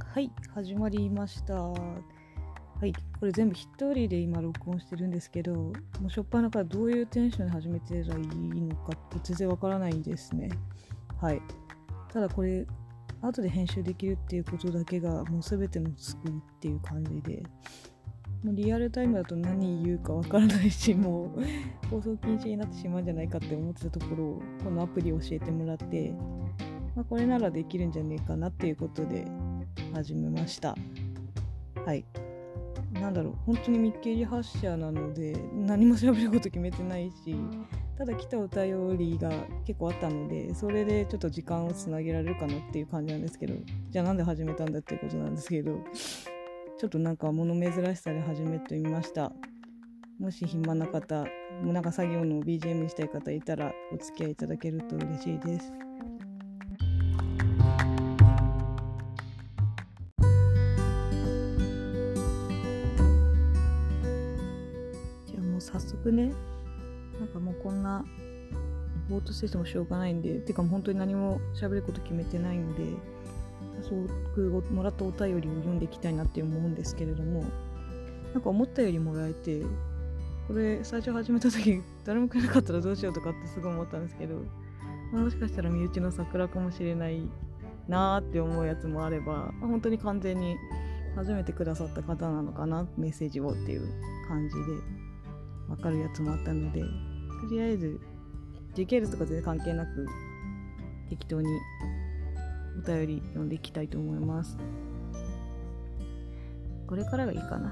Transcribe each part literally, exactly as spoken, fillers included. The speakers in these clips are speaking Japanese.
はい、始まりました。はい、これ全部一人で今録音してるんですけど、もう初っ端からどういうテンションで始めてたらいいのか全然わからないですね。はい。ただこれ後で編集できるっていうことだけがもう全ての救いっていう感じで、もうリアルタイムだと何言うかわからないし、もう放送禁止になってしまうんじゃないかって思ってたところをこのアプリを教えてもらって、まあ、これならできるんじゃねえかなっていうことで始めました。はい。なんだろう、本当に見切り発車なので何も喋ること決めてないし、ただ来たお便りが結構あったので、それでちょっと時間をつなげられるかなっていう感じなんですけど、じゃあなんで始めたんだっていうことなんですけど、ちょっとなんか物珍しさで始めてみました。もし暇な方、もうなんか作業の ビージーエム にしたい方いたらお付き合いいただけると嬉しいです。じゃあもう早速ね、なんかもうこんなぼーっとしててもしょうがないんで、てかもう本当に何も喋ること決めてないんで、そうもらったお便りを読んでいきたいなって思うんですけれども、なんか思ったよりもらえて、これ最初始めた時誰もくれなかったらどうしようとかってすごい思ったんですけど、もしかしたら身内の桜かもしれないなーって思うやつもあれば、本当に完全に初めてくださった方なのかな、メッセージをっていう感じで分かるやつもあったので、とりあえず時系列とか全然関係なく適当にお便り読んでいきたいと思います。これからがいいかな。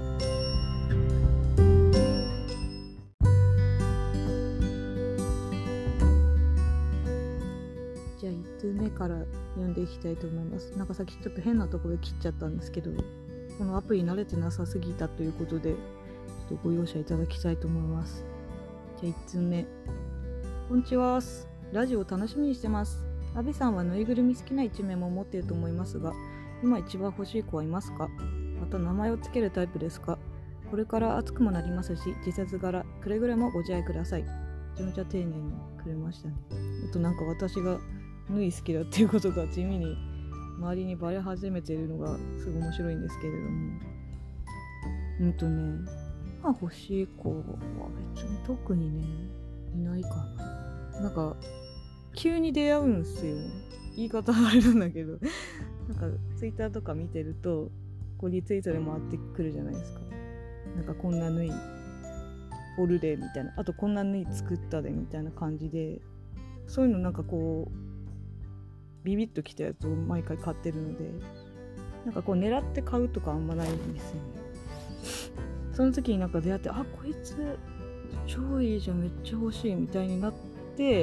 じゃあいち通目から読んでいきたいと思います。なんかさっきちょっと変なところで切っちゃったんですけど、このアプリ慣れてなさすぎたということでちょっとご容赦いただきたいと思います。じゃあいち通目、こんにちは。ラジオを楽しみにしてます。阿部さんはぬいぐるみ好きな一面も持っていると思いますが、今一番欲しい子はいますか？また名前をつけるタイプですか？これから暑くもなりますし、季節柄くれぐれもご自愛ください。めちゃめちゃ丁寧にくれましたね。あとなんか私がぬい好きだっていうことが地味に周りにバレ始めているのがすごい面白いんですけれども、うんとね今欲しい子は別に特にねいないかな。なんか急に出会うんすよね。言い方あれなんだけどなんかツイッターとか見てるとこうリツイートで回ってくるじゃないですか。なんかこんな縫いおるでみたいな、あとこんな縫い作ったでみたいな感じで、そういうのなんかこうビビッときたやつを毎回買ってるので、なんかこう狙って買うとかあんまないんですよね。その時になんか出会って、あこいつ超いいじゃんめっちゃ欲しいみたいになって、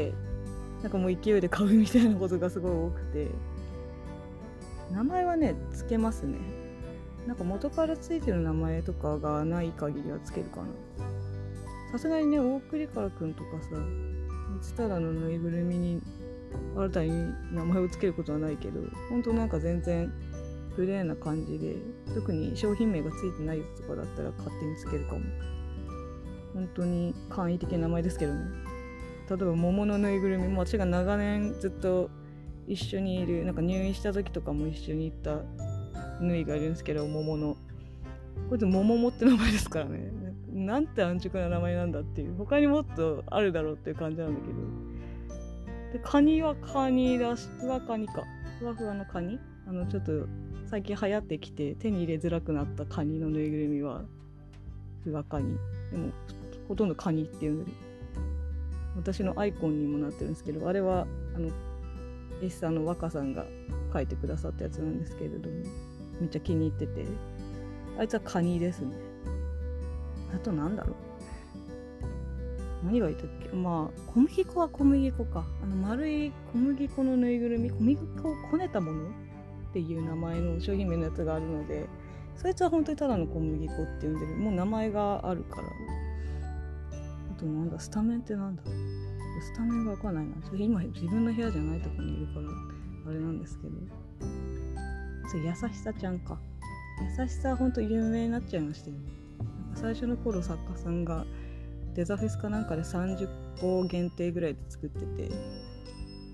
なんかもう勢いで買うみたいなことがすごい多くて、名前はねつけますね。なんか元からついてる名前とかがない限りはつけるかな。さすがにね大栗からくんとかさ三つたらのぬいぐるみに新たに名前をつけることはないけど、ほんとなんか全然プレーな感じで、特に商品名がついてないやつとかだったら勝手につけるかも。本当に簡易的な名前ですけどね。例えば桃のぬいぐるみも、私が長年ずっと一緒にいる、なんか入院した時とかも一緒に行ったぬいがいるんですけど、桃のこいつ桃もって名前ですからね。なんて安直な名前なんだっていう、他にもっとあるだろうっていう感じなんだけど、でカニはカニだし、ふわカニか、ふわふわのカニ、あのちょっと最近流行ってきて手に入れづらくなったカニのぬいぐるみはふわカニ、でもほとんどカニっていうので私のアイコンにもなってるんですけど、あれはあの絵師さんの若さんが描いてくださったやつなんですけれども、めっちゃ気に入ってて、あいつはカニですね。あとなんだろう、何がいたっけ、まあ小麦粉は小麦粉か、あの丸い小麦粉のぬいぐるみ、小麦粉をこねたものっていう名前の商品名のやつがあるので、そいつは本当にただの小麦粉って呼んでる。もう名前があるから。あとなんだ、スタメンってなんだ、スタメンがわかんないな。今自分の部屋じゃないとこにいるからあれなんですけど、それ優しさちゃんか。優しさはほんと有名になっちゃいましたよね。なんか最初の頃作家さんがデザフェスかなんかでさんじゅっこ限定ぐらいで作ってて、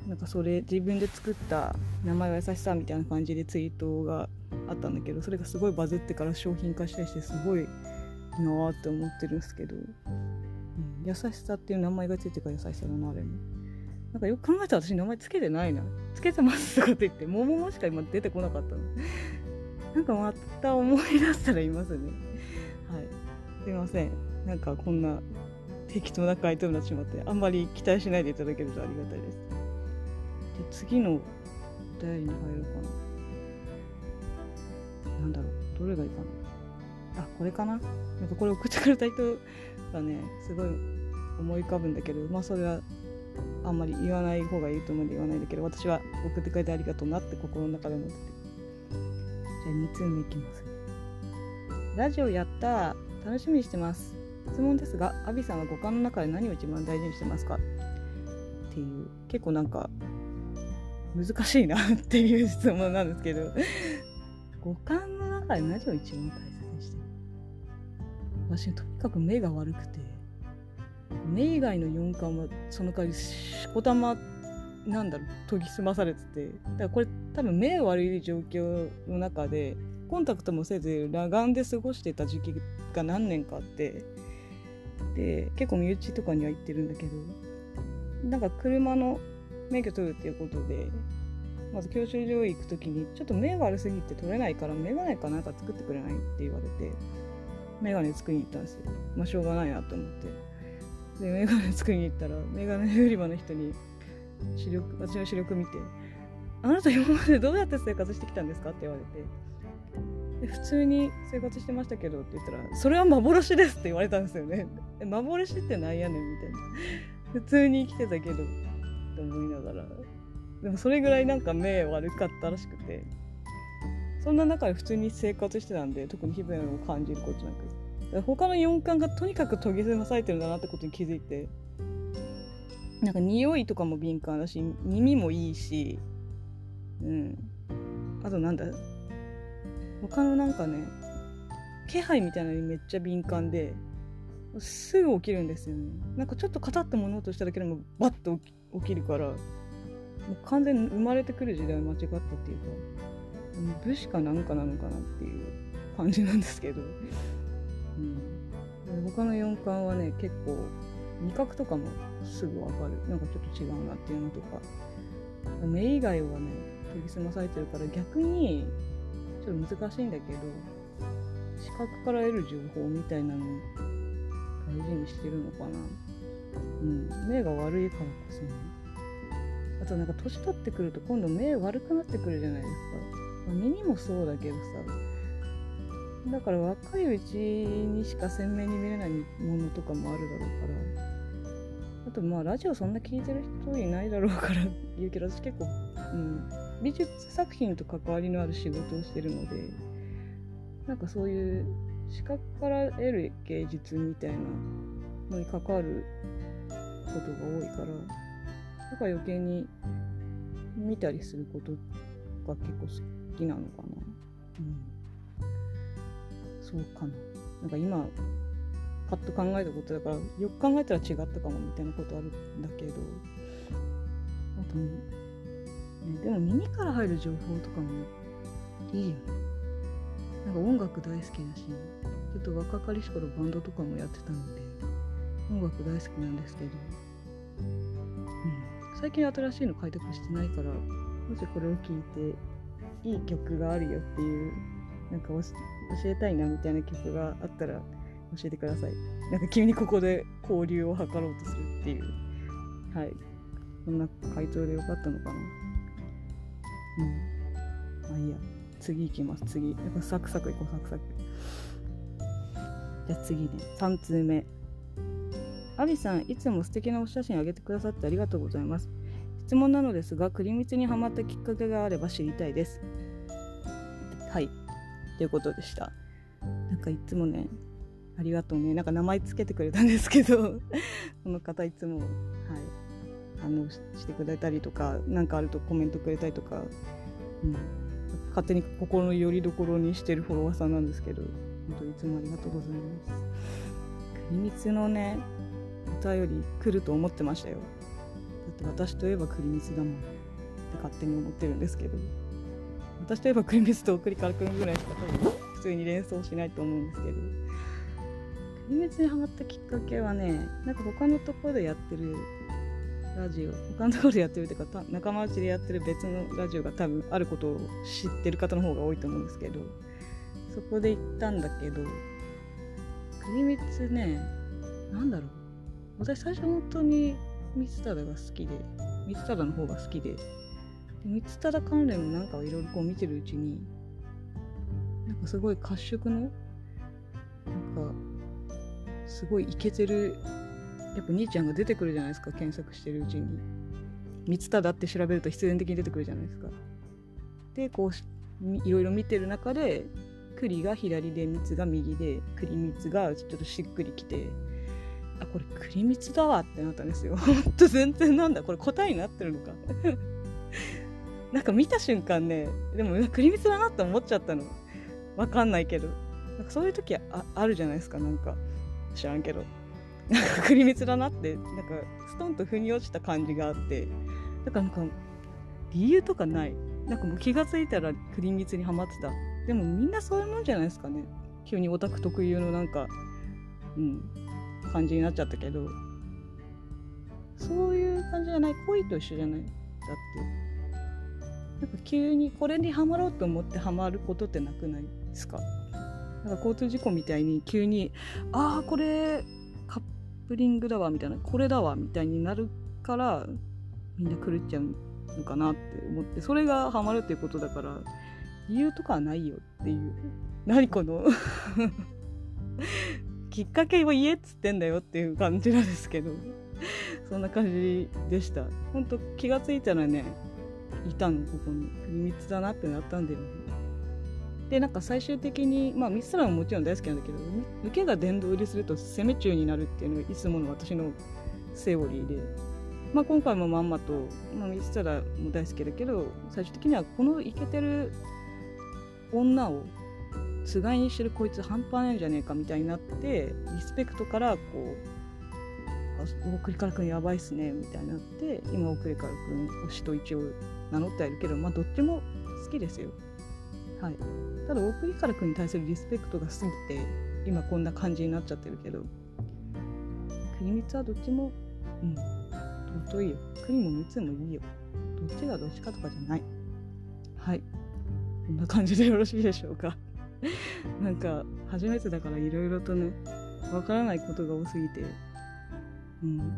なんかそれ自分で作った名前は優しさみたいな感じでツイートがあったんだけど、それがすごいバズってから商品化したりしてすごいなーって思ってるんですけど、うん、優しさっていう名前がついてるから優しさだな。あれもなんかよく考えたら私名前つけてないな、つけてますとかって言ってもももしか今出てこなかったのなんかまた思い出したら言いますね。はい、すいません。なんかこんな適当な回答になってしまってあんまり期待しないでいただけるとありがたいです。で次のお便りに入るかな。なんだろう、どれがいいかな。あ、これかな。なんかこれ送ってくれた人がねすごい思い浮かぶんだけど、まあそれはあんまり言わない方がいいと思うんで言わないんだけど、私は送ってくれてありがとうなって心の中で思ってて。じゃあに通目いきます。ラジオやったー、楽しみにしてます。質問ですが、アビさんは五感の中で何を一番大事にしてますかっていう、結構なんか難しいなっていう質問なんですけど五感の中で何を一番大切にしてる？私とにかく目が悪くて、目以外の四感はその代わりしこたまなんだろう研ぎ澄まされてて、だからこれ多分目悪い状況の中でコンタクトもせず裸眼で過ごしてた時期が何年かあって、で結構身内とかには行ってるんだけど、なんか車の免許取るっていうことでまず教習所行くときにちょっと目悪すぎて取れないからメガネかなんか作ってくれないって言われてメガネ作りに行ったんですよ。まあしょうがないなと思って、でメガネ作りに行ったらメガネ売り場の人に視力私の視力見て、あなた今までどうやって生活してきたんですかって言われて、で普通に生活してましたけどって言ったら、それは幻ですって言われたんですよね。え幻ってなんやねんみたいな、普通に生きてたけどって思いながら、でもそれぐらいなんか目悪かったらしくて、そんな中で普通に生活してたんで特に不便を感じることなく、他の四感がとにかく研ぎ澄まされてるんだなってことに気づいて、なんか匂いとかも敏感だし耳もいいし、うんあとなんだ他のなんかね気配みたいなのにめっちゃ敏感ですぐ起きるんですよね。なんかちょっとカタッと物音しただけでもバッと起 き, 起きるから、もう完全に生まれてくる時代は間違ったっていうか武士かなんかなのかなっていう感じなんですけど、うん、他の四感はね結構味覚とかもすぐわかる、なんかちょっと違うなっていうのとか、目以外はね研ぎ澄まされてるから逆にちょっと難しいんだけど視覚から得る情報みたいなのを大事にしてるのかな。うん、目が悪いからこそね。あとなんか年取ってくると今度目悪くなってくるじゃないですか。まあ、耳もそうだけどさ、だから若いうちにしか鮮明に見れないものとかもあるだろうから、あとまあラジオそんな聞いてる人いないだろうから言うけど、私結構、うん、美術作品と関わりのある仕事をしてるので、なんかそういう視覚から得る芸術みたいなのに関わることが多いから、だから余計に見たりすることが結構好きなのかな。うん、そうかな。なんか今パッと考えたことだから、よく考えたら違ったかもみたいなことあるんだけど、あと、ね、でも耳から入る情報とかもいいよね。なんか音楽大好きだし、ちょっと若かりし頃バンドとかもやってたので音楽大好きなんですけど、うん、最近新しいの開拓してないから、もしこれを聞いていい曲があるよっていうなんか教えたいなみたいな曲があったら教えてください。なんか急にここで交流を図ろうとするっていう、はい、こんな回答でよかったのかな。うん、あいいや、次行きます。次やっぱサクサクいこう、サクサク。じゃあ次ね、さん通目。アビさん、いつも素敵なお写真あげてくださってありがとうございます。質問なのですが、栗蜜にハマったきっかけがあれば知りたいです。はい、ということでした。なんかいつもね、ありがとうね。なんか名前つけてくれたんですけどこの方いつも、はい、反応 し, してくれたりとか、なんかあるとコメントくれたりとか、うん、勝手に心の拠り所にしてるフォロワーさんなんですけど、本当にいつもありがとうございます。栗蜜のね、お便り来ると思ってましたよ。だっって私といえば栗光だもんって勝手に思ってるんですけど、私といえば栗光と送りからくんぐらいしか多分普通に連想しないと思うんですけど、栗光にハマったきっかけはね、なんか他のところでやってるラジオ、他のところでやってるっていうか仲間内でやってる別のラジオが多分あることを知ってる方の方が多いと思うんですけど、そこで行ったんだけど、栗光ね、なんだろう、私最初本当に三忠が好きで、三忠の方が好きで、で三忠関連のなんかをいろいろこう見てるうちに、なんかすごい褐色のなんかすごいイケてるやっぱ兄ちゃんが出てくるじゃないですか、検索してるうちに。三忠って調べると必然的に出てくるじゃないですか。でこういろいろ見てる中で、栗が左で蜜が右で、栗蜜がちょっとしっくりきて、あ、これ栗蜜だわってなったんですよ。ほんと全然なんだこれ答えになってるのかなんか見た瞬間ね、でも栗蜜だなって思っちゃったの。わかんないけど、なんかそういう時 あ, あるじゃないですか、なんか知らんけど、なんか栗蜜だなってなんかストンと腑に落ちた感じがあって、だからなんか理由とかない、なんかもう気がついたら栗蜜にハマってた。でもみんなそういうもんじゃないですかね。急にオタク特有のなんかうん感じになっちゃったけど、そういう感じじゃない。恋と一緒じゃない。だってなんか急にこれにハマろうと思ってハマることってなくないですか。なんか交通事故みたいに急にああこれカップリングだわみたいな、これだわみたいになるからみんな狂っちゃうのかなって思って、それがハマるっていうことだから理由とかはないよっていう、何このきっかけを言えっつってんだよっていう感じなんですけど、そんな感じでした。ほんと気がついたらね、いたのここに栗光だなってなったんだよね。でなんか最終的にまあミスラももちろん大好きなんだけど、受けが殿堂入りすると攻め中になるっていうのがいつもの私のセオリーで、まあ今回もまんまと、まあ、ミスラも大好きだけど、最終的にはこのイケてる女をつがいにしてるこいつ半端ないんじゃねえかみたいになって、リスペクトからこう送りからくんやばいっすねみたいになって、今送りからくん推しと一応名乗ってはいるけど、まあどっちも好きですよ。はい、ただ送りからくんに対するリスペクトが過ぎて今こんな感じになっちゃってるけど、栗蜜はどっちもうん尊いよ。栗も蜜もいいよ。どっちがどっちかとかじゃない。はい、こんな感じでよろしいでしょうかなんか初めてだからいろいろとね、わからないことが多すぎて、うん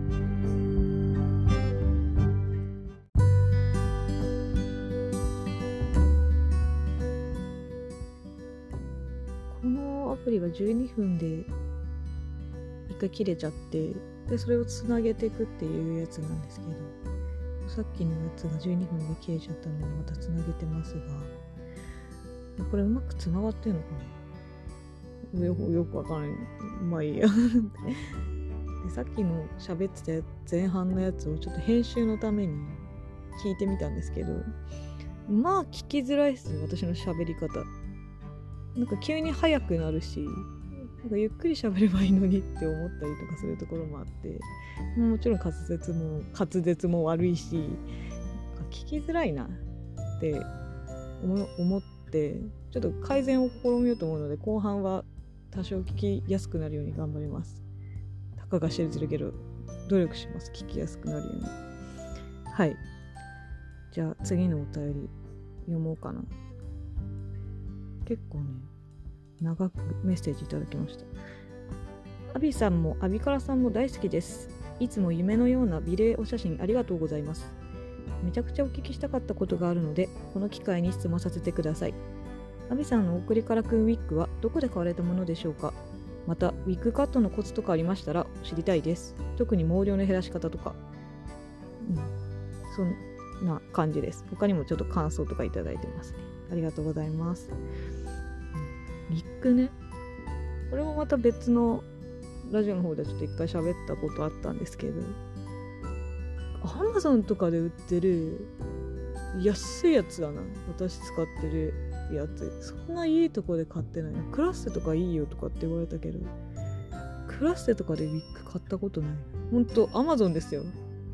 このアプリはじゅうにふんで一回切れちゃって、でそれをつなげていくっていうやつなんですけど、さっきのやつがじゅうにふんで切れちゃったのでまたつなげてますが、これうまくつながってんのかな、よ, よくわからない。まあいいやでさっきの喋ってた前半のやつをちょっと編集のために聞いてみたんですけど、まあ聞きづらいっすね、私の喋り方。なんか急に速くなるし、なんかゆっくり喋ればいいのにって思ったりとかするところもあって、もちろん滑舌も滑舌も悪いし、聞きづらいなって思ってちょっと改善を試みようと思うので、後半は多少聞きやすくなるように頑張ります。たかが知れてるけど努力します、聞きやすくなるように。はい、じゃあ次のお便り読もうかな。結構ね長くメッセージいただきました。アビさんもアビカラさんも大好きです。いつも夢のような美麗お写真ありがとうございます。めちゃくちゃお聞きしたかったことがあるので、この機会に質問させてください。アビさんの送りからくんウィッグはどこで買われたものでしょうか。またウィッグカットのコツとかありましたら知りたいです。特に毛量の減らし方とか、うん、そんな感じです。他にもちょっと感想とかいただいてますね。ありがとうございます。ウィッグね、これもまた別のラジオの方でちょっと一回喋ったことあったんですけど、アマゾンとかで売ってる安いやつだな、私使ってるやつ。そんないいとこで買ってないな。クラッセとかいいよとかって言われたけど、クラッセとかでウィッグ買ったことない。ほんとアマゾンですよ、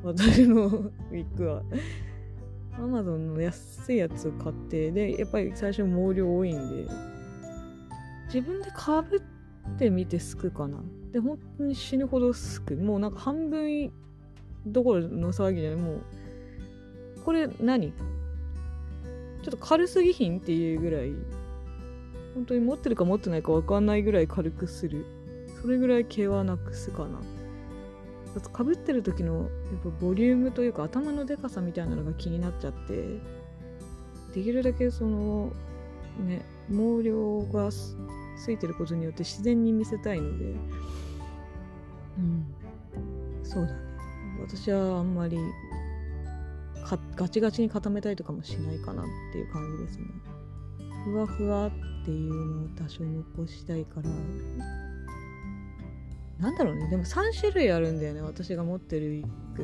私のウィッグは。アマゾンの安いやつを買って、で、やっぱり最初毛量多いんで、自分でかぶってみてすくかな。で、本当に死ぬほどすく。もうなんか半分どころの騒ぎじゃない。もう、これ何？ちょっと軽すぎひんっていうぐらい、本当に持ってるか持ってないか分かんないぐらい軽くする。それぐらい毛はなくすかな。かぶってる時のやっぱボリュームというか頭のでかさみたいなのが気になっちゃって、できるだけそのね毛量がついてることによって自然に見せたいので、うんそうだね。私はあんまりかガチガチに固めたいとかもしないかなっていう感じですね。ふわふわっていうのを多少残したいから。なんだろうね、でもさん種類あるんだよね、私が持ってるウィッグって。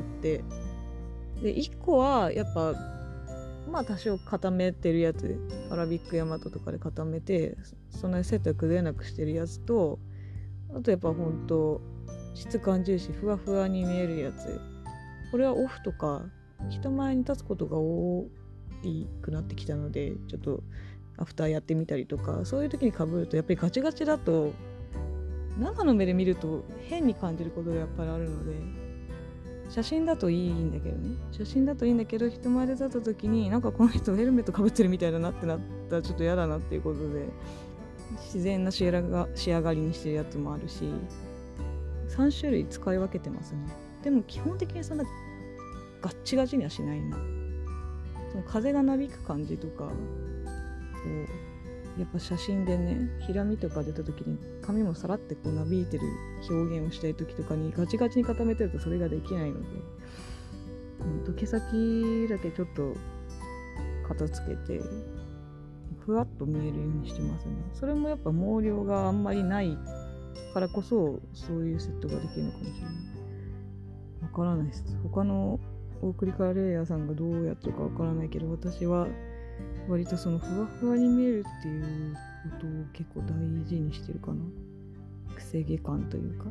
で、いっこはやっぱまあ多少固めてるやつ、アラビックヤマトとかで固めてそんなにセットが崩れなくしてるやつと、あとやっぱほんと質感重視ふわふわに見えるやつ。これはオフとか人前に立つことが多くなってきたので、ちょっとアフターやってみたりとか、そういう時に被るとやっぱりガチガチだと生の目で見ると変に感じることがやっぱりあるので、写真だといいんだけどね写真だといいんだけど人前で立った時になんかこの人ヘルメットかぶってるみたいだなってなったらちょっと嫌だなっていうことで、自然な仕上が仕上がりにしてるやつもあるし、さん種類使い分けてますね。でも基本的にそんなガッチガチにはしないな。その風がなびく感じとかをやっぱ写真でね、ひらみとか出た時に髪もさらってこうなびいてる表現をしたい時とかにガチガチに固めてるとそれができないので、うん、毛先だけちょっと片付けてふわっと見えるようにしてますね。それもやっぱ毛量があんまりないからこそそういうセットができるのかもしれない。わからないです。他のオークリカレイヤーさんがどうやってるかわからないけど、私は割とそのふわふわに見えるっていうことを結構大事にしてるかな。くせ毛感というか、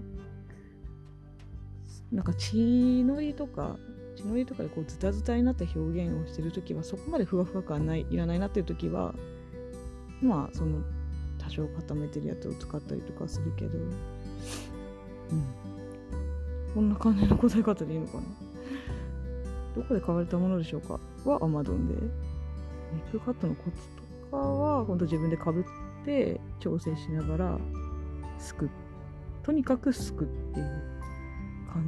なんか血のりとか血のりとかでこうズタズタになった表現をしてるときはそこまでふわふわ感ないいらないなっていうときはまあその多少固めてるやつを使ったりとかするけど、うんこんな感じの答え方でいいのかな。どこで買われたものでしょうかは Amazon で。ネックカットのコツとかはほんと自分でかぶって調整しながらすく、とにかくすくっていう感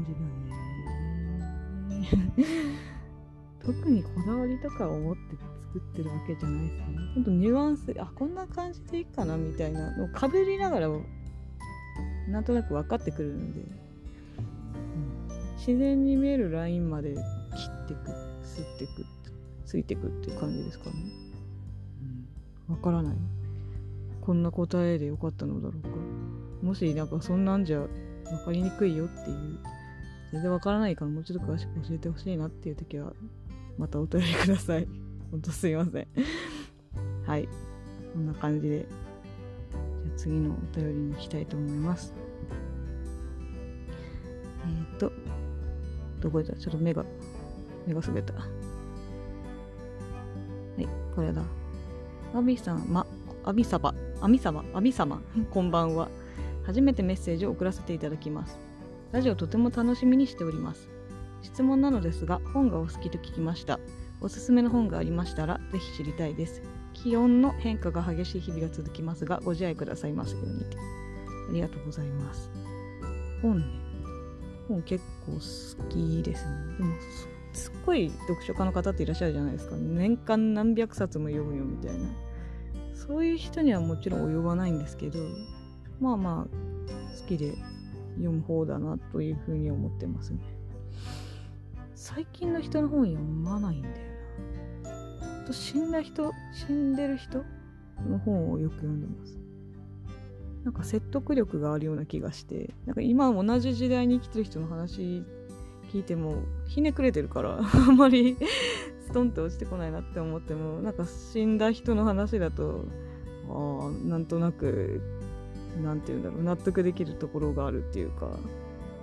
じだね特にこだわりとかを持って作ってるわけじゃないですね。ほんとニュアンス、あこんな感じでいいかなみたいなのをかぶりながらなんとなく分かってくるので、うん、自然に見えるラインまで切ってくすってくついてくっていう感じですかね。うん、わからない。こんな答えでよかったのだろうか。もしなんかそんなんじゃわかりにくいよっていう、全然わからないからもうちょっと詳しく教えてほしいなっていう時はまたお便りください。ほんとすいません。はい、こんな感じでじゃあ次のお便りに行きたいと思います。えっとどこだ、ちょっと目が目が滑った。はい、これだ。アビさん、ま、アビサバ、アミサバ、アビ様、こんばんは。初めてメッセージを送らせていただきます。ラジオとても楽しみにしております。質問なのですが、本がお好きと聞きました。おすすめの本がありましたら、ぜひ知りたいです。気温の変化が激しい日々が続きますが、ご自愛くださいますように。ありがとうございます。本ね。本結構好きですね。でもすっごい読書家の方っていらっしゃるじゃないですか。年間何百冊も読むよみたいな。そういう人にはもちろん及ばないんですけど、まあまあ好きで読む方だなというふうに思ってますね。最近の人の本読まないんだよな。と死んだ人、死んでる人の本をよく読んでます。なんか説得力があるような気がして、なんか今同じ時代に生きてる人の話聞いてもひねくれてるからあんまりストンと落ちてこないなって思っても、なんか死んだ人の話だとああなんとなくなんていうんだろう納得できるところがあるっていうか、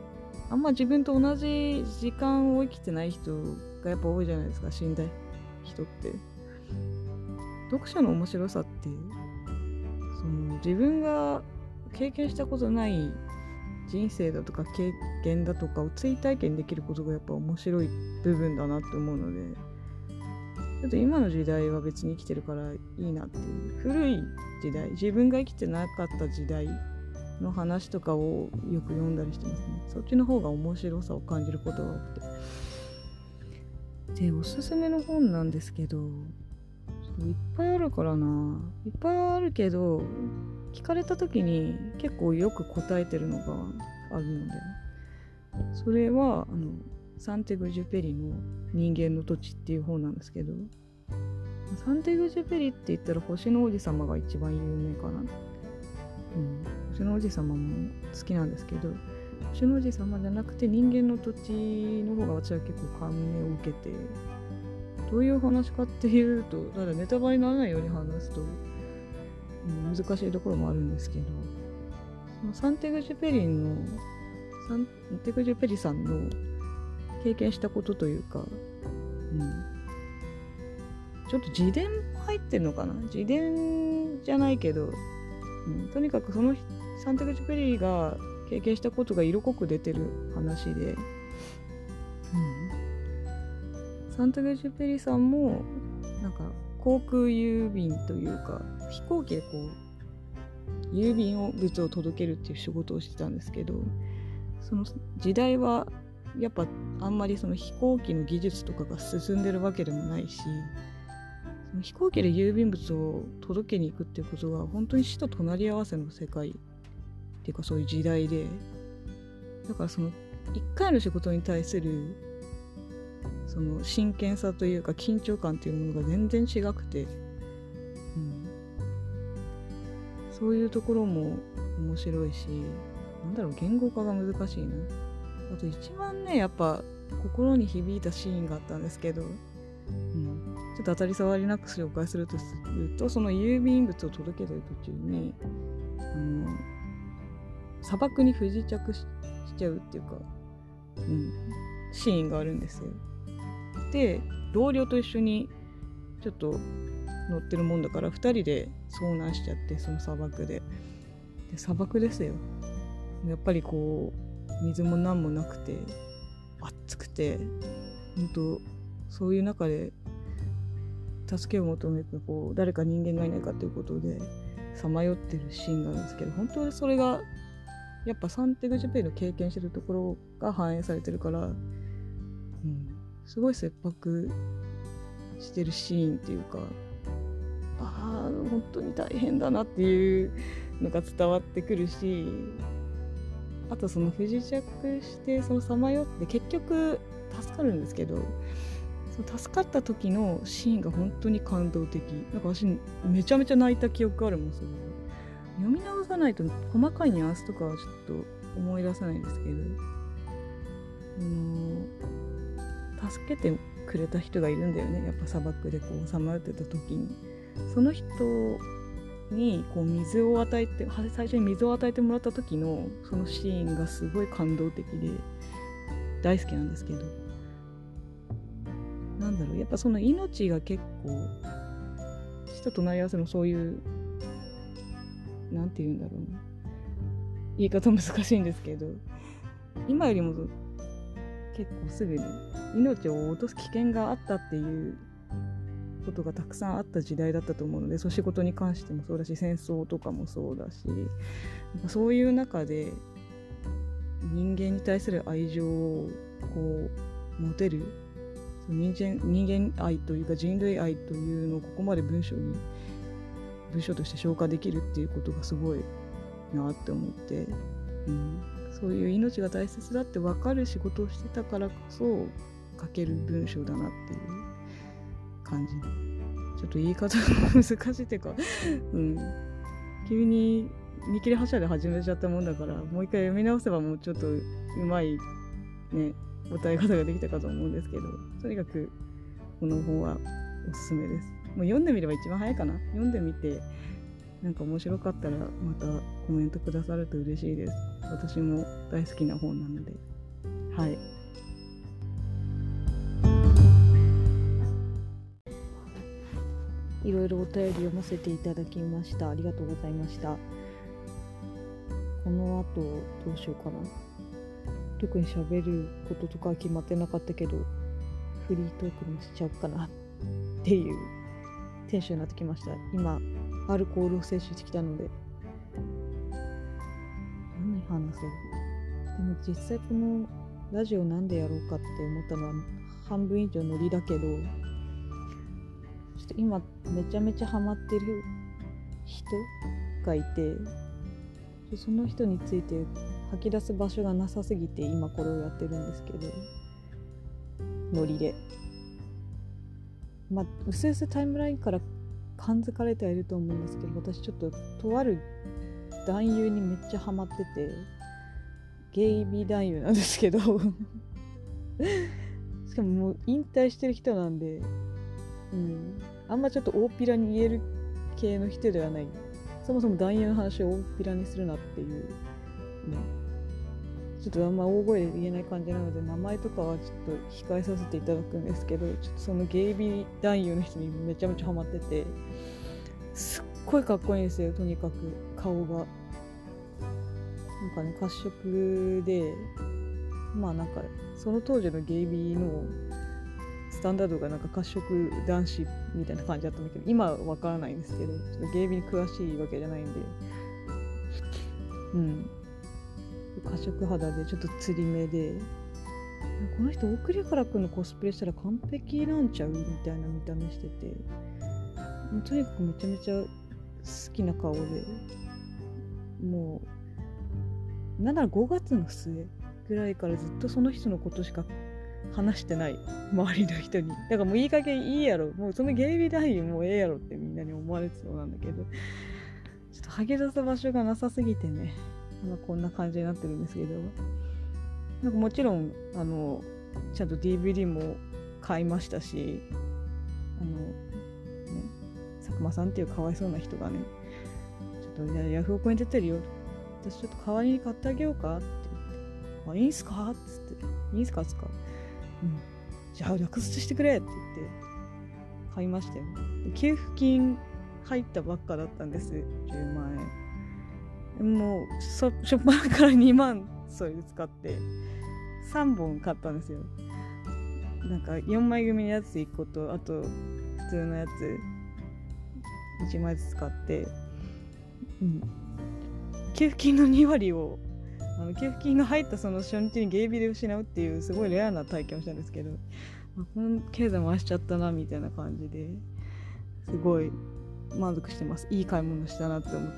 あんま自分と同じ時間を生きてない人がやっぱ多いじゃないですか、死んだ人って。読書の面白さってその自分が経験したことない人生だとか経験だとかを追体験できることがやっぱ面白い部分だなって思うので、ちょっと今の時代は別に生きてるからいいなっていう、古い時代、自分が生きてなかった時代の話とかをよく読んだりしてますね。そっちの方が面白さを感じることが多くて。で、おすすめの本なんですけど、ちょっといっぱいあるからな。いっぱいあるけど、聞かれた時に結構よく答えてるのがあるので、それはあのサンテグジュペリの人間の土地っていう本なんですけど、サンテグジュペリって言ったら星の王子様が一番有名かな。うん、星の王子様も好きなんですけど、星の王子様じゃなくて人間の土地の方が私は結構感銘を受けて、どういう話かっていうと、ただネタバレにならないように話すと、うん、難しいところもあるんですけど、そのサンテグジュペリのサンテグジュペリさんの経験したことというか、うん、ちょっと自伝も入ってんのかな、自伝じゃないけど、うん、とにかくそのサンテグジュペリが経験したことが色濃く出てる話で、うん、サンテグジュペリさんもなんか航空郵便というか飛行機でこう郵便を物を届けるっていう仕事をしてたんですけど、その時代はやっぱあんまりその飛行機の技術とかが進んでるわけでもないし、その飛行機で郵便物を届けに行くっていうことが本当に死と隣り合わせの世界っていうか、そういう時代で、だからその一回の仕事に対するその真剣さというか緊張感っていうものが全然違くて、うん、そういうところも面白いし、なんだろう、言語化が難しいな。あと一番ね、やっぱ心に響いたシーンがあったんですけど、うん、ちょっと当たり障りなく紹介するとすると、その郵便物を届けてる途中に、あの砂漠に不時着 し, しちゃうっていうか、うん、シーンがあるんですよ。で、同僚と一緒にちょっと乗ってるもんだからふたりで遭難しちゃって、その砂漠で。で、砂漠ですよ。やっぱりこう水も何もなくて暑くて、本当そういう中で助けを求めてこう誰か人間がいないかということでさまよってるシーンがあるんですけど、本当にそれがやっぱサンテグジュペリの経験してるところが反映されてるから、うん、すごい切迫してるシーンっていうか、ああ本当に大変だなっていうのが伝わってくるし、あとその不時着してそのさまよって結局助かるんですけど、その助かった時のシーンが本当に感動的。なんか私めちゃめちゃ泣いた記憶あるもん。それ読み直さないと細かいニュアンスとかはちょっと思い出せないんですけど、あの助けてくれた人がいるんだよね。やっぱ砂漠でこうさまよってた時に、その人にこう水を与えて、最初に水を与えてもらった時のそのシーンがすごい感動的で大好きなんですけど、なんだろう、やっぱその命が結構死と隣り合わせのそういうなんて言うんだろうな、言い方難しいんですけど、今よりも結構すぐに命を落とす危険があったっていうことがたくさんあった時代だったと思うので、そう仕事に関してもそうだし、戦争とかもそうだし、なんかそういう中で人間に対する愛情をこう持てる、その人間、人間愛というか人類愛というのをここまで文章に文章として消化できるっていうことがすごいなって思って、うん、そういう命が大切だって分かる仕事をしてたからこそ書ける文章だなっていう感じ。ちょっと言い方が難しいっていうか、うん、急に見切り発車で始めちゃったもんだから、もう一回読み直せばもうちょっとうまいね答え方ができたかと思うんですけど、とにかくこの本はおすすめです。もう読んでみれば一番早いかな。読んでみてなんか面白かったらまたコメントくださると嬉しいです。私も大好きな本なので。 はい。いろいろお便り読ませていただきました。ありがとうございました。この後どうしようかな。特に喋ることとかは決まってなかったけど、フリートークでもしちゃおうかなっていうテンションになってきました。今アルコールを摂取してきたので、何話そう。でも実際このラジオなんでやろうかって思ったのは半分以上ノリだけど、ちょっと今めちゃめちゃハマってる人がいて、その人について吐き出す場所がなさすぎて今これをやってるんですけど、ノリでまあうすうすタイムラインから感づかれてはいると思うんですけど、私ちょっととある男優にめっちゃハマってて、ゲイビー男優なんですけどしかももう引退してる人なんで、うん、あんまちょっと大っぴらに言える系の人ではない。そもそも男優の話を大っぴらにするなっていうね、ちょっとあんま大声で言えない感じなので名前とかはちょっと控えさせていただくんですけど、ちょっとそのゲイビー男優の人にめちゃめちゃハマってて、すっごいかっこいいんですよ。とにかく顔がなんかね、褐色で、まあなんかその当時のゲイビーのスタンダードがなんか褐色男子みたいな感じだったんだけど、今は分からないんですけど、ちょっとゲイビーに詳しいわけじゃないんで、うん褐色肌でちょっとつり目で、この人大栗原くんのコスプレしたら完璧なんちゃうみたいな見た目してて、とにかくめちゃめちゃ好きな顔で、もうなんならごがつの末ぐらいからずっとその人のことしか話してない、周りの人に。だからもういい加減いいやろ、もうそのゲイビー男優もうええやろってみんなに思われてそうなんだけど、ちょっと吐き出す場所がなさすぎてね、まあ、こんな感じになってるんですけど、なんかもちろんあのちゃんと ディーブイディー も買いましたし、あのね、佐久間さんっていうかわいそうな人がね、ちょっとヤフオクに出てるよ、私ちょっと代わりに買ってあげようかって言って、あ、いいんすかって言って、いいんすかっつか、うん、じゃあ略奪してくれって言って買いましたよ。で給付金入ったばっかだったんです。じゅうまんえん。もうそ初っ端からにまんそれで使ってさんぼん買ったんですよ。なんかよんまい組のやついっこと、あと普通のやついちまいずつ買って、うん、給付金のにわりをあの給付金が入ったその初日にゲイビで失うっていうすごいレアな体験をしたんですけど、まあ、この経済回しちゃったなみたいな感じですごい満足してます。いい買い物したなって思って、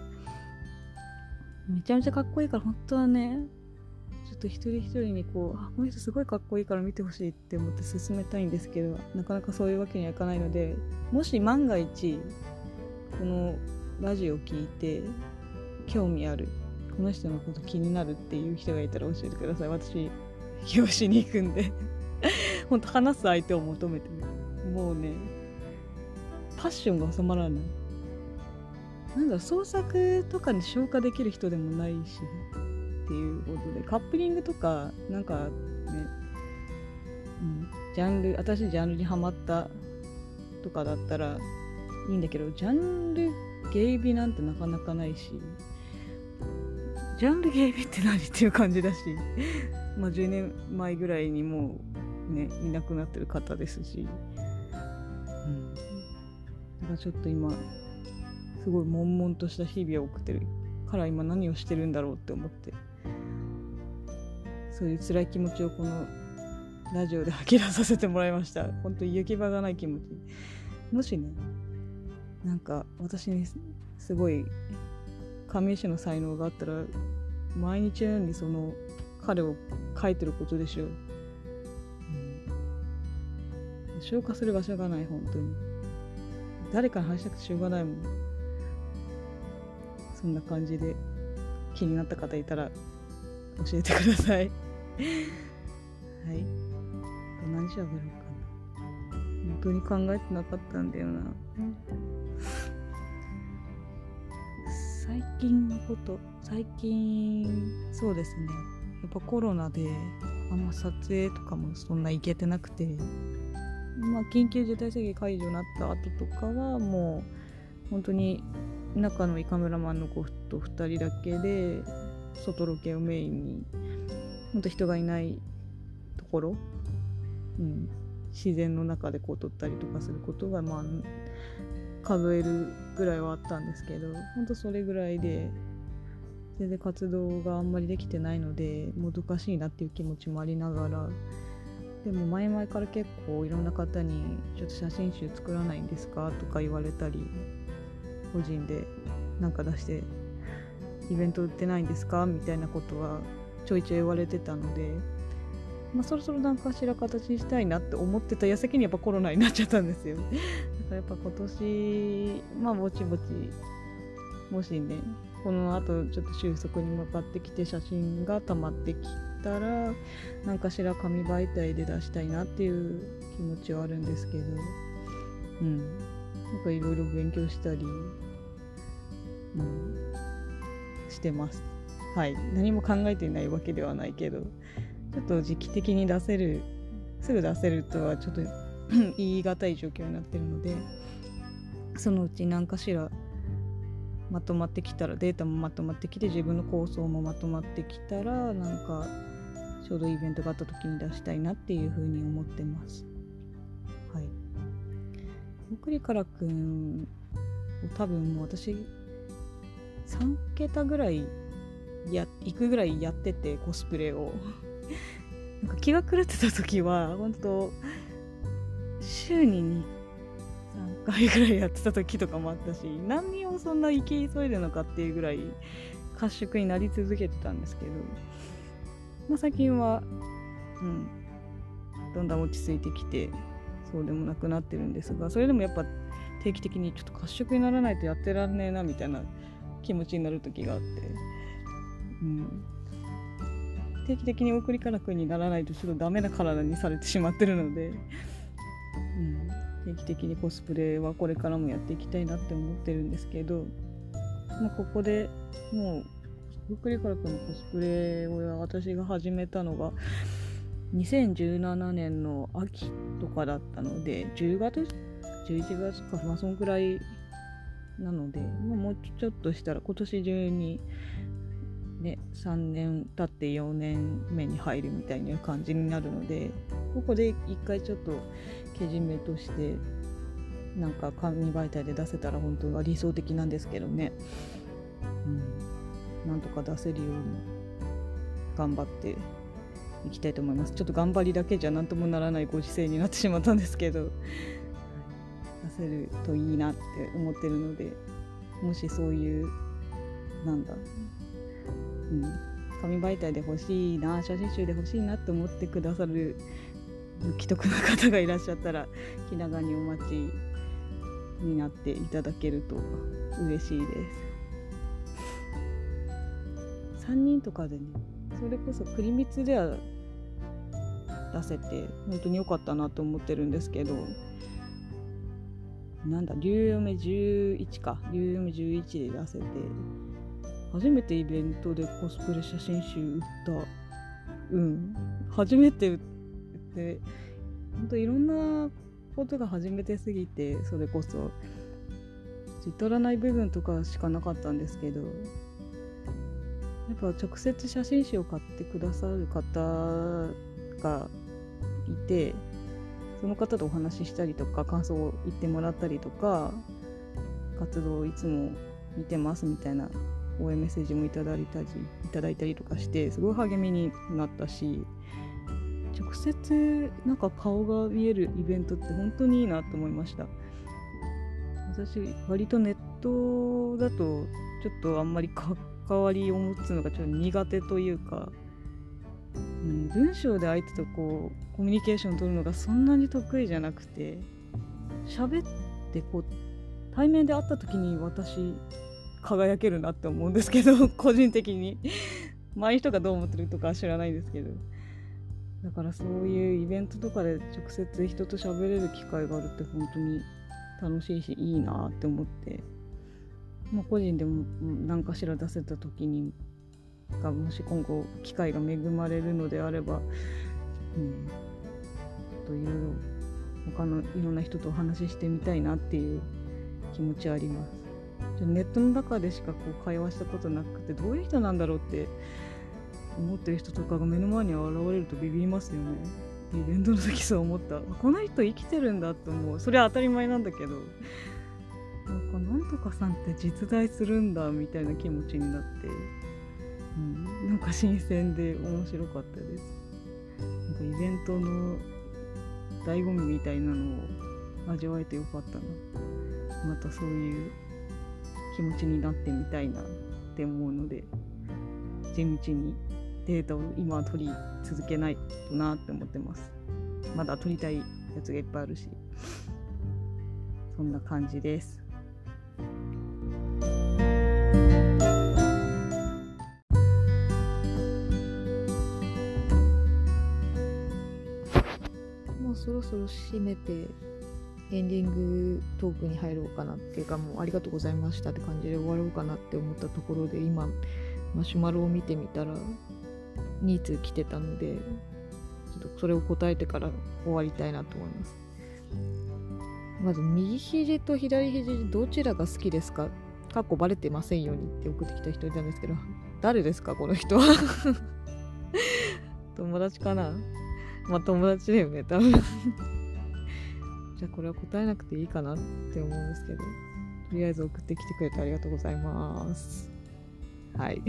めちゃめちゃかっこいいから、本当はねちょっと一人一人にこう、あ、この人すごいかっこいいから見てほしいって思って勧めたいんですけど、なかなかそういうわけにはいかないので、もし万が一このラジオを聞いて興味ある、この人のこと気になるっていう人がいたら教えてください。私表紙に行くんでほんと話す相手を求めてる。もうねパッションが収まらない。なんだろう、創作とかに消化できる人でもないしっていうことで、カップリングとかなんかね、うん、ジャンル、私ジャンルにハマったとかだったらいいんだけど、ジャンルゲイビなんてなかなかないし、ジャンルゲイビって何っていう感じだしまあじゅうねんまえぐらいにもうねいなくなってる方ですし、うん、だからちょっと今すごい悶々とした日々を送ってるから、今何をしてるんだろうって思って、そういう辛い気持ちをこのラジオで吐き出させてもらいました。本当に行き場がない気持ち。もしね、なんか私にすごい神絵師の才能があったら、毎日のようにその彼を描いてることでしょう、うん、消化する場所がない。本当に誰かに話したくてしょうがないもん。そんな感じで気になった方いたら教えてくださいはい、何しゃべろうかな。本当に考えてなかったんだよな最近のこと。最近そうですね、やっぱコロナであんま撮影とかもそんな行けてなくて、まあ、緊急事態宣言解除になった後とかはもう本当に仲のいいカメラマンの子とふたりだけで外ロケをメインに本当人がいないところ、うん、自然の中でこう撮ったりとかすることがまあ数えるぐらいはあったんですけど、本当それぐらいで全然活動があんまりできてないのでもどかしいなっていう気持ちもありながら、でも前々から結構いろんな方にちょっと写真集作らないんですかとか言われたり、個人でなんか出してイベント売ってないんですかみたいなことはちょいちょい言われてたので、まあ、そろそろ何かしら形にしたいなって思ってた矢先にやっぱコロナになっちゃったんですよ。だからやっぱ今年まあぼちぼちもしねこの後ちょっと収束に向かってきて写真が溜まってきたら何かしら紙媒体で出したいなっていう気持ちはあるんですけど、うんなんかいろいろ勉強したり、うん、してます。はい、何も考えていないわけではないけど、ちょっと時期的に出せるすぐ出せるとはちょっと言い難い状況になってるので、そのうち何かしらまとまってきたら、データもまとまってきて自分の構想もまとまってきたら、なんかちょうどイベントがあった時に出したいなっていうふうに思ってます。はい。送りからくんを多分もう私さん桁ぐらいや行くぐらいやってて、コスプレをなんか気が狂ってた時は本当週にに、さんかいぐらいやってた時とかもあったし、何をそんな行き急いでるのかっていうぐらい褐色になり続けてたんですけど、まあ、最近はうんだんだん落ち着いてきてそうでもなくなってるんですが、それでもやっぱ定期的にちょっと褐色にならないとやってらんねえなみたいな気持ちになる時があって、うん、定期的に送りからくんにならないとちょっとダメな体にされてしまってるので、うん、定期的にコスプレはこれからもやっていきたいなって思ってるんですけど、まあ、ここでもう送りからくんのコスプレを私が始めたのがにせんじゅうななねんの秋とかだったので、じゅうがつじゅういちがつか、まあそんくらいなので、まあ、もうちょっとしたら今年中にねさんねん経ってよねんめに入るみたいな感じになるので、ここで一回ちょっとけじめとしてなんか紙媒体で出せたら本当は理想的なんですけどね、うん、なんとか出せるように頑張っていきたいと思います。ちょっと頑張りだけじゃなんともならないご時世になってしまったんですけど、出せるといいなって思ってるので、もしそういうなんだ、うん、紙媒体で欲しいな、写真集で欲しいなって思ってくださる既得な方がいらっしゃったら気長にお待ちになっていただけると嬉しいです。さんにんとかでね、それこそクリミツでは出せて本当に良かったなと思ってるんですけど、なんだ竜嫁じゅういちか竜嫁じゅういちで出せて、初めてイベントでコスプレ写真集売った、うん初めて売って本当いろんなことが初めてすぎて、それこそ至らない部分とかしかなかったんですけど、やっぱ直接写真集を買ってくださる方がいて、その方とお話ししたりとか感想を言ってもらったりとか、活動をいつも見てますみたいな応援メッセージもいただいたりいただいたりとかして、すごい励みになったし、直接なんか顔が見えるイベントって本当にいいなと思いました。私割とネットだとちょっとあんまり関わりを持つのがちょっと苦手というか、うん、文章で相手とこうコミュニケーション取るのがそんなに得意じゃなくて、喋ってこう対面で会った時に私輝けるなって思うんですけど個人的に周りの人がどう思ってるとかは知らないんですけど、だからそういうイベントとかで直接人と喋れる機会があるって本当に楽しいしいいなって思って、まあ、個人でも何かしら出せた時にがもし今後機会が恵まれるのであれば、ね、ちょっといろいろ他のいろんな人とお話ししてみたいなっていう気持ちはあります。ネットの中でしかこう会話したことなくて、どういう人なんだろうって思ってる人とかが目の前に現れるとビビりますよね。イベントの時そう思った。この人生きてるんだと思う。それは当たり前なんだけど、なんかなんとかさんって実在するんだみたいな気持ちになって、うん、なんか新鮮で面白かったです。なんかイベントの醍醐味みたいなのを味わえてよかったな。またそういう気持ちになってみたいなって思うので、地道にデータを今は取り続けないとなって思ってます。まだ取りたいやつがいっぱいあるし、そんな感じです。もうそろそろ締めてエンディングトークに入ろうかなっていうか、もうありがとうございましたって感じで終わろうかなって思ったところで、今マシュマロを見てみたらに通来てたので、ちょっとそれを答えてから終わりたいなと思います。まず右肘と左肘どちらが好きですか？かっこバレてませんようにって送ってきた人いたんですけど、誰ですかこの人は？友達かな？まあ友達だよね多分。じゃあこれは答えなくていいかなって思うんですけど、とりあえず送ってきてくれてありがとうございます。はい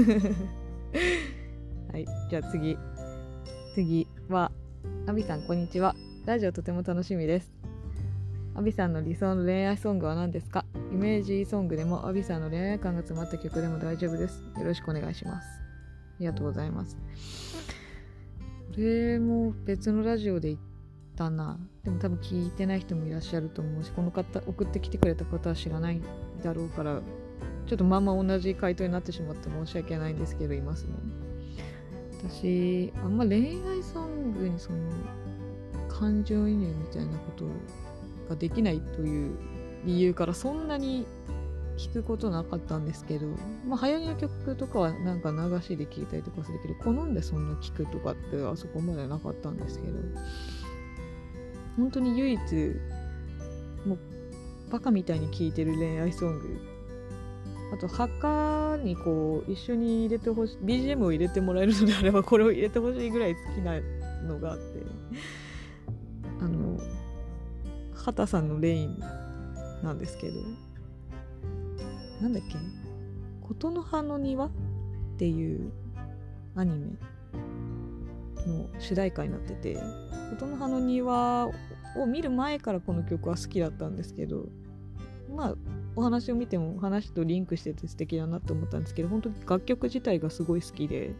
はい、じゃあ次次はアビさん、こんにちは。ラジオとても楽しみです。アビさんの理想の恋愛ソングは何ですか？イメージソングでもアビさんの恋愛感が詰まった曲でも大丈夫です。よろしくお願いします。ありがとうございます。これも別のラジオで言ったな。でも多分聞いてない人もいらっしゃると思うし、この方送ってきてくれた方は知らないだろうから、ちょっとまあまあ同じ回答になってしまって申し訳ないんですけど、いますね。私あんま恋愛ソングにその感情移入みたいなことができないという理由からそんなに聞くことなかったんですけど、まあ流行りの曲とかはなんか流しで聞いたりとかするけど、好んでそんな聞くとかってあそこまでなかったんですけど、本当に唯一もうバカみたいに聴いてる恋愛ソング、あと墓にこう一緒に入れてほしい ビージーエム を入れてもらえるのであればこれを入れてほしいぐらい好きなのがあって、あの畑さんのレインなんですけど、なんだっけ、琴の葉の庭っていうアニメの主題歌になってて、琴の葉の庭を見る前からこの曲は好きだったんですけど、まあお話を見ても話とリンクしてて素敵だなと思ったんですけど、本当に楽曲自体がすごい好きで、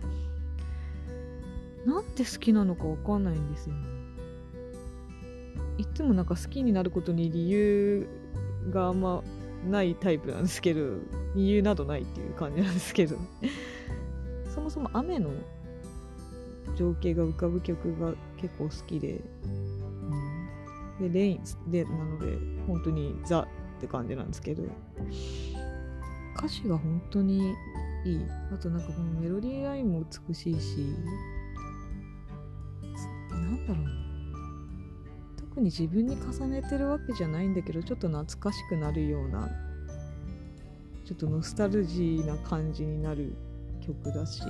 なんで好きなのかわかんないんですよね。いつもなんか好きになることに理由があんまないタイプなんですけど、理由などないっていう感じなんですけどそもそも雨の情景が浮かぶ曲が結構好きで、うん、でレインでなので本当にザって感じなんですけど、歌詞が本当にいい。あとなんかこのメロディーラインも美しいし、なんだろうな、特に自分に重ねてるわけじゃないんだけど、ちょっと懐かしくなるような、ちょっとノスタルジーな感じになる曲だし、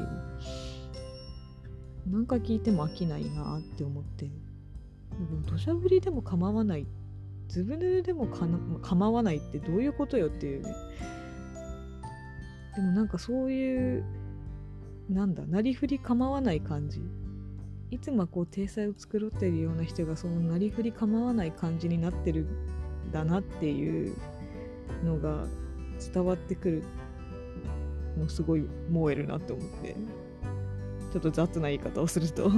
何回聴いても飽きないなって思って、でも土砂降りでも構わない、ずぶ濡れでもかな構わないってどういうことよっていうね。でもなんかそういうなんだ、なりふり構わない感じ、いつもこう体裁を繕っているような人がそのなりふり構わない感じになってるんだなっていうのが伝わってくるの、すごい燃えるなと思って、ちょっと雑な言い方をすると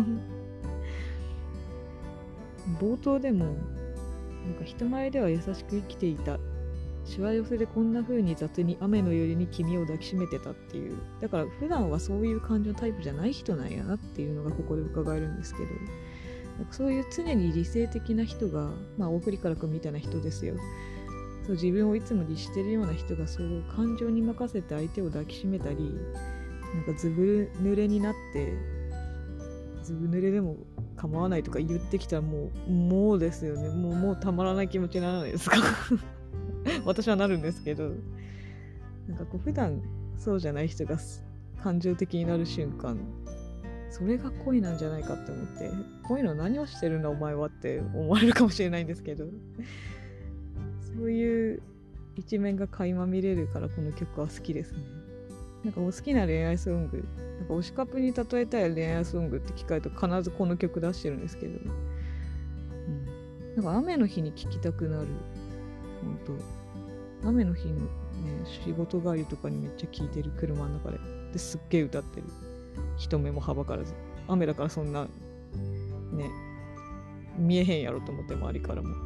冒頭でもなんか人前では優しく生きていた、しわ寄せでこんな風に雑に雨のように君を抱きしめてたっていう、だから普段はそういう感じのタイプじゃない人なんやなっていうのがここで伺えるんですけど、なんかそういう常に理性的な人が、まあ大栗からくんみたいな人ですよ。そう、自分をいつも律してるような人がそう感情に任せて相手を抱きしめたり、 なんかずぶ濡れになってずぶ濡れでも構わないとか言ってきたらもうもうですよね。もうもうたまらない気持ちにならないですか私はなるんですけど、なんかこう普段そうじゃない人が感情的になる瞬間、それが恋なんじゃないかって思って、恋の何をしてるんだお前はって思われるかもしれないんですけど、そういう一面が垣間見れるからこの曲は好きですね。なんかお好きな恋愛ソング、なんか推しカップに例えたい恋愛ソングって聞かれると必ずこの曲出してるんですけど、うん、なんか雨の日に聴きたくなる。本当雨の日のね、仕事帰りとかにめっちゃ聴いてる、車の中で。ですっげえ歌ってる。人目もはばからず。雨だからそんなね見えへんやろと思って、周りからも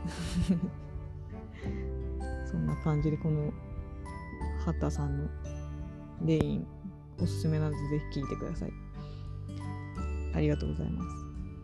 そんな感じで、この畑さんのレインおすすめなのでぜひ聴いてください。ありがとうございます。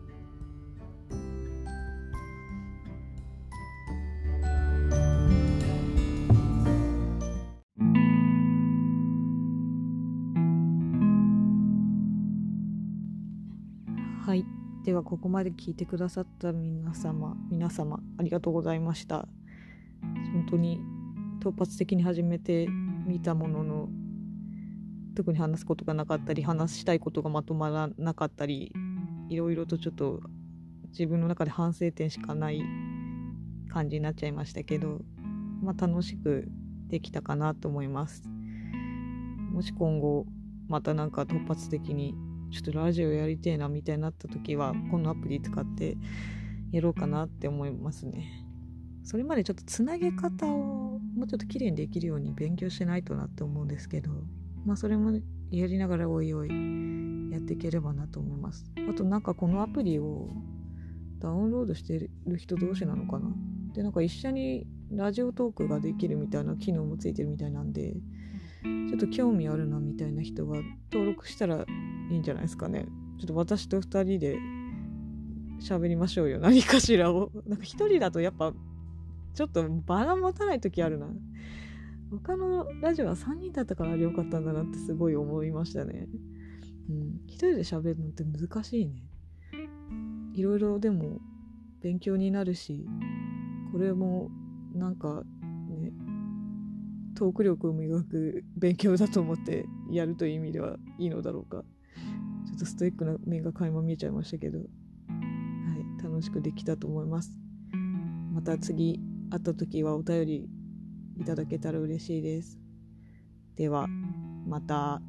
はい、ではここまで聞いてくださった皆様皆様ありがとうございました。本当に突発的に始めてみたものの、特に話すことがなかったり、話したいことがまとまらなかったり、いろいろとちょっと自分の中で反省点しかない感じになっちゃいましたけど、まあ楽しくできたかなと思います。もし今後またなんか突発的にちょっとラジオやりてえなみたいになった時は、このアプリ使ってやろうかなって思いますね。それまでちょっとつなげ方をもうちょっと綺麗にできるように勉強しないとなって思うんですけど、まあそれもやりながらおいおいやっていければなと思います。あとなんかこのアプリをダウンロードしてる人同士なのかな、でなんか一緒にラジオトークができるみたいな機能もついてるみたいなんで、ちょっと興味あるなみたいな人は登録したらいいんじゃないですかね。ちょっと私と二人で喋りましょうよ、何かしらを。なんか一人だとやっぱちょっと場が持たない時あるな。他のラジオはさんにんだったからよかったんだなってすごい思いましたね。うん、一人で喋るのって難しいね。いろいろでも勉強になるし、これもなんかね、トーク力を磨く勉強だと思ってやるという意味ではいいのだろうか。ちょっとストイックな面が垣間見えちゃいましたけど、はい、楽しくできたと思います。また次会った時はお便りいただけたら嬉しいです。ではまた。